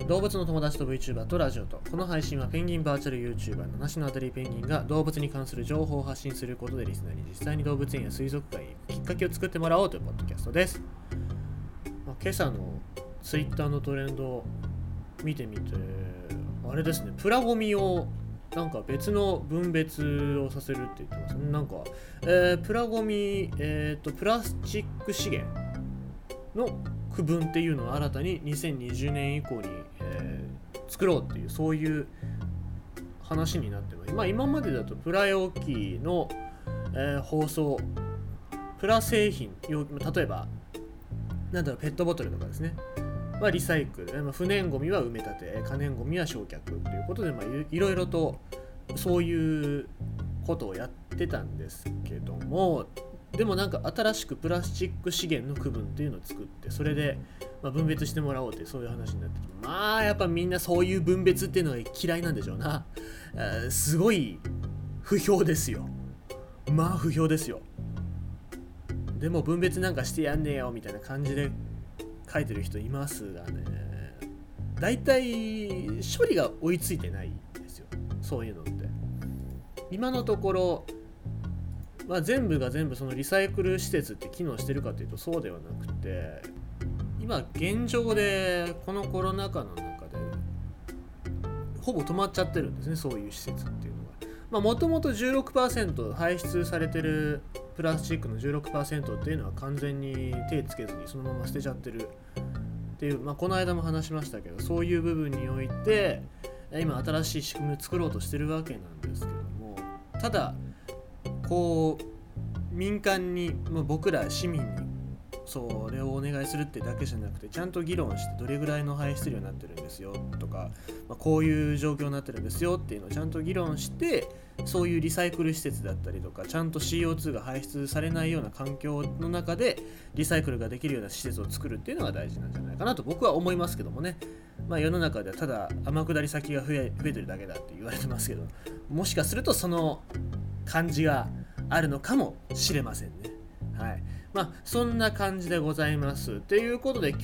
動物の友達と VTuber とラジオと。この配信はペンギンバーチャル YouTuber の七種のあたりペンギンが動物に関する情報を発信することでリスナーに実際に動物園や水族館へ行くきっかけを作ってもらおうというポッドキャストです。今朝の Twitter のトレンドを見てみて、あれですね、プラゴミをなんか別の分別をさせるって言ってますね。なんか、プラゴミ、プラスチック資源の区分っていうのを新たに2020年以降に、作ろうっていう、そういう話になってます。まあ今までだとプラ容器の、包装、プラ製品、例えばなんだろう、ペットボトルとかですね、リサイクル、不燃ゴミは埋め立て、可燃ゴミは焼却ということで、いろいろとそういうことをやってたんですけども、でもなんか新しくプラスチック資源の区分っていうのを作って、それで分別してもらおうって、そういう話になってて、やっぱみんなそういう分別っていうのが嫌いなんでしょうな。すごい不評ですよ。不評ですよ。でも分別なんかしてやんねえよみたいな感じで書いてる人いますがね、だいたい処理が追いついてないんですよ、そういうのって。今のところ、全部が全部そのリサイクル施設って機能してるかというとそうではなくて、今現状でこのコロナ禍の中でほぼ止まっちゃってるんですね、そういう施設っていうのが。もともと 16% 排出されてるプラスチックの 16% っていうのは完全に手つけずにそのまま捨てちゃってるっていう、この間も話しましたけど、そういう部分において今新しい仕組みを作ろうとしてるわけなんですけども、ただこう民間に、僕ら市民にそれをお願いするってだけじゃなくて、ちゃんと議論してどれぐらいの排出量になってるんですよとか、こういう状況になってるんですよっていうのをちゃんと議論して、そういうリサイクル施設だったりとか、ちゃんと CO2 が排出されないような環境の中でリサイクルができるような施設を作るっていうのが大事なんじゃないかなと僕は思いますけどもね。世の中ではただ天下り先が増えてるだけだって言われてますけど、もしかするとその感じがあるのかもしれませんね。はい。そんな感じでございます。ということで今日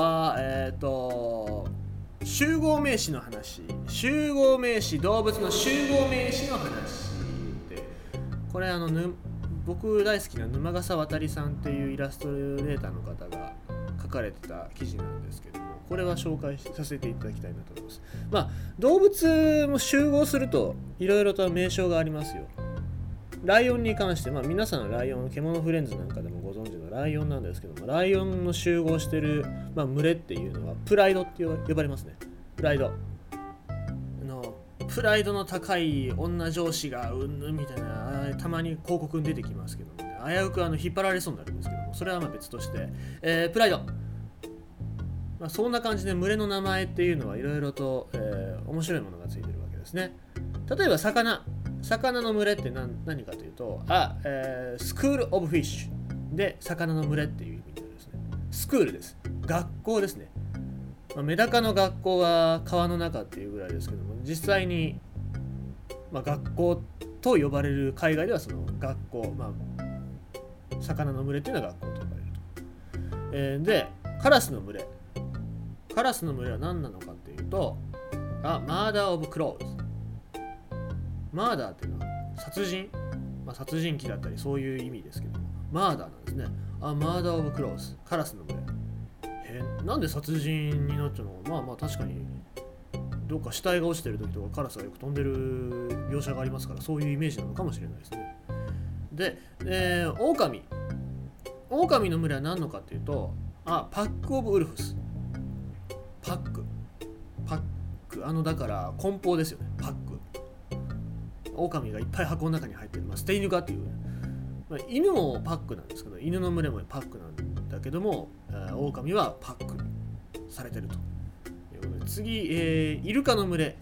は集合名詞の話、集合名詞、動物の集合名詞の話で、これ僕大好きな沼笠渡さんっていうイラストレーターの方が書かれてた記事なんですけども、これは紹介させていただきたいなと思います。動物も集合するといろいろと名称がありますよ。ライオンに関して、皆さんライオン、獣フレンズなんかでもご存知のライオンなんですけども、ライオンの集合してる、群れっていうのはプライドって呼ばれますね。プライドプライドの高い女上司がうんぬんみたいな、たまに広告に出てきますけどもね、危うく引っ張られそうになるんですけども、それは別として、プライド、そんな感じで群れの名前っていうのはいろいろと、面白いものがついてるわけですね。例えば魚の群れって何かというと、スクールオブフィッシュで魚の群れっていう意味でですね、スクールです。学校ですね。メダカの学校は川の中っていうぐらいですけども、実際に、学校と呼ばれる、海外ではその学校、魚の群れっていうのは学校と呼ばれると。で、カラスの群れは何なのかっていうと、マーダーオブクローズ。マーダーっていうのは殺人、殺人鬼だったりそういう意味ですけども、マーダーなんですね。マーダーオブクローズ、カラスの群れ。なんで殺人になっちゃうの？確かにどっか死体が落ちてる時とかカラスがよく飛んでる描写がありますから、そういうイメージなのかもしれないですね。で、狼の群れは何のかっていうと、パックオブウルフス。パックだから梱包ですよね。パック、狼がいっぱい箱の中に入ってる、捨て犬かっていう、犬もパックなんですけど、犬の群れもパックなんだけども、狼はパックされてるということで、次、イルカの群れ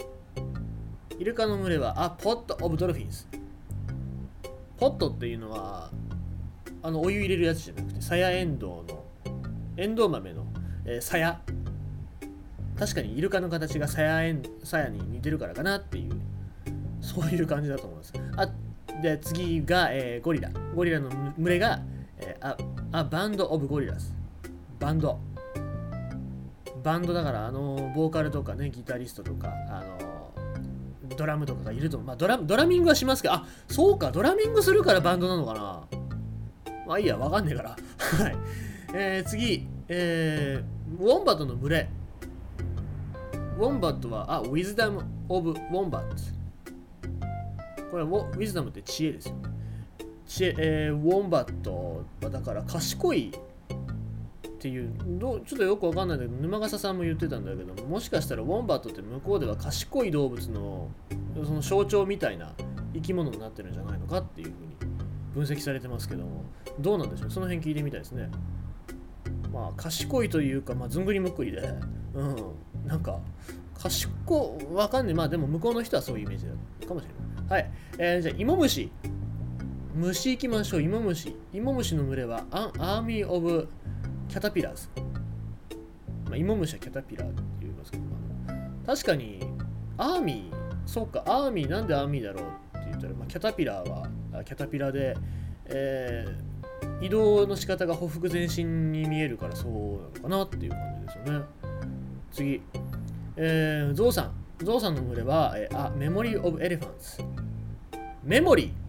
はポットオブドルフィンス。ポットっていうのはお湯入れるやつじゃなくて、さやエンドウ豆のさや、確かにイルカの形がさやに似てるからかなっていう、そういう感じだと思います。で次が、ゴリラの群れが、バンドオブゴリラス。バンバンドだからボーカルとかねギタリストとかドラムとかがいると、まあ、ドラミングはしますけど、あ、そうか、ドラミングするからバンドなのかな。まあいいや、わかんねえからはい、次、ウォンバットの群れ。ウォンバットはWisdom of Wombat。これはウィズダムって知恵ですよ。知恵、ウォンバットはだから賢いっていう、ちょっとよくわかんないんだけど、沼笠さんも言ってたんだけど、もしかしたらウォンバットって向こうでは賢い動物のその象徴みたいな生き物になってるんじゃないのかっていうふうに分析されてますけども、どうなんでしょう。その辺聞いてみたいですね。まあ賢いというか、まあずんぐりむっくりで、なんかわかんない。まあでも向こうの人はそういうイメージだかもしれない。はい、じゃあ芋虫いきましょう。芋虫の群れはアーミー・オブ・キャタピラーズ。まあ、芋虫はキャタピラーって言いますけど、確かにアーミー、そうか、アーミー、なんでアーミーだろうって言ったら、まあ、キャタピラーはキャタピラーで、移動の仕方がほふ前進に見えるからそうなのかなっていう感じですよね。次、ゾウさんの群れは、メモリー・オブ・エレファンツ。メモリ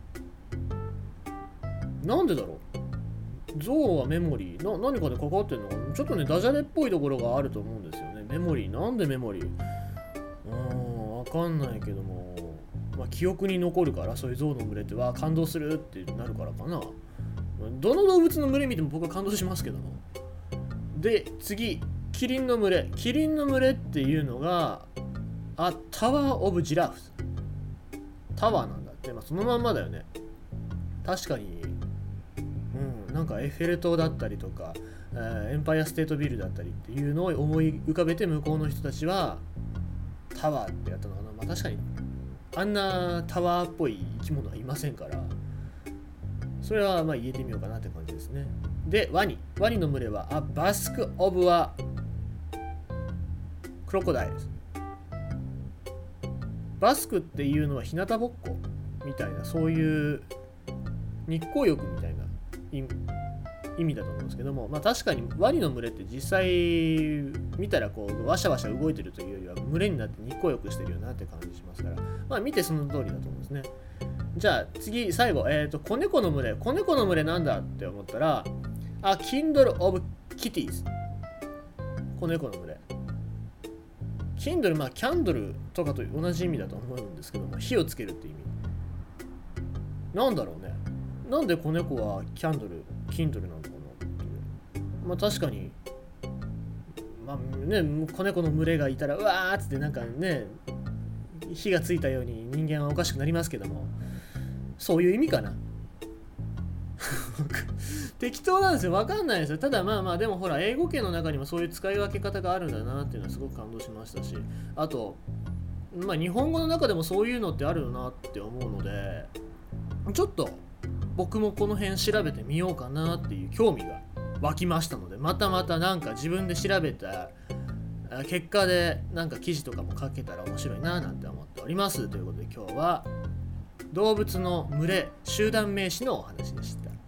ー、なんでだろう。ゾウはメモリー何かで関わってるのかな。ちょっとねダジャレっぽいところがあると思うんですよね。メモリー、なんでメモリー、わかんないけども、まあ、記憶に残るから、そういうゾウの群れっては感動するってなるからかな。どの動物の群れ見ても僕は感動しますけども。で次、キリンの群れっていうのがタワーオブジラフ。タワーなんだって、まあ、そのまんまだよね。確かに、なんかエッフェル塔だったりとか、エンパイアステートビルだったりっていうのを思い浮かべて、向こうの人たちはタワーってやったのかな。まあ確かにあんなタワーっぽい生き物はいませんから、それはまあ言えてみようかなって感じですね。で、ワニの群れはバスク・オブ・クロコダイルです。バスクっていうのは日向ぼっこみたいな、そういう日光浴みたいな意味だと思うんですけども、まあ確かにワニの群れって実際見たらこうワシャワシャ動いてるというよりは群れになって日光浴してるよなって感じしますから、まあ見てその通りだと思うんですね。じゃあ次、最後、子猫の群れなんだって思ったら、Kindle of Kitties。子猫の群れ。Kindle、まあキャンドルとかと同じ意味だと思うんですけども、火をつけるって意味。なんだろうね。なんで子猫はKindleなのかなっていう。まあ確かに、まあね、子猫の群れがいたらうわーっつってなんかね、火がついたように人間はおかしくなりますけども、そういう意味かな。適当なんですよ。わかんないですよ。ただまあまあ、でもほら、英語圏の中にもそういう使い分け方があるんだなっていうのはすごく感動しましたし、あと、まあ日本語の中でもそういうのってあるなって思うので、ちょっと僕もこの辺調べてみようかなっていう興味が湧きましたので、またなんか自分で調べた結果でなんか記事とかも書けたら面白いななんて思っております。ということで今日は動物の群れ集団名詞のお話でした。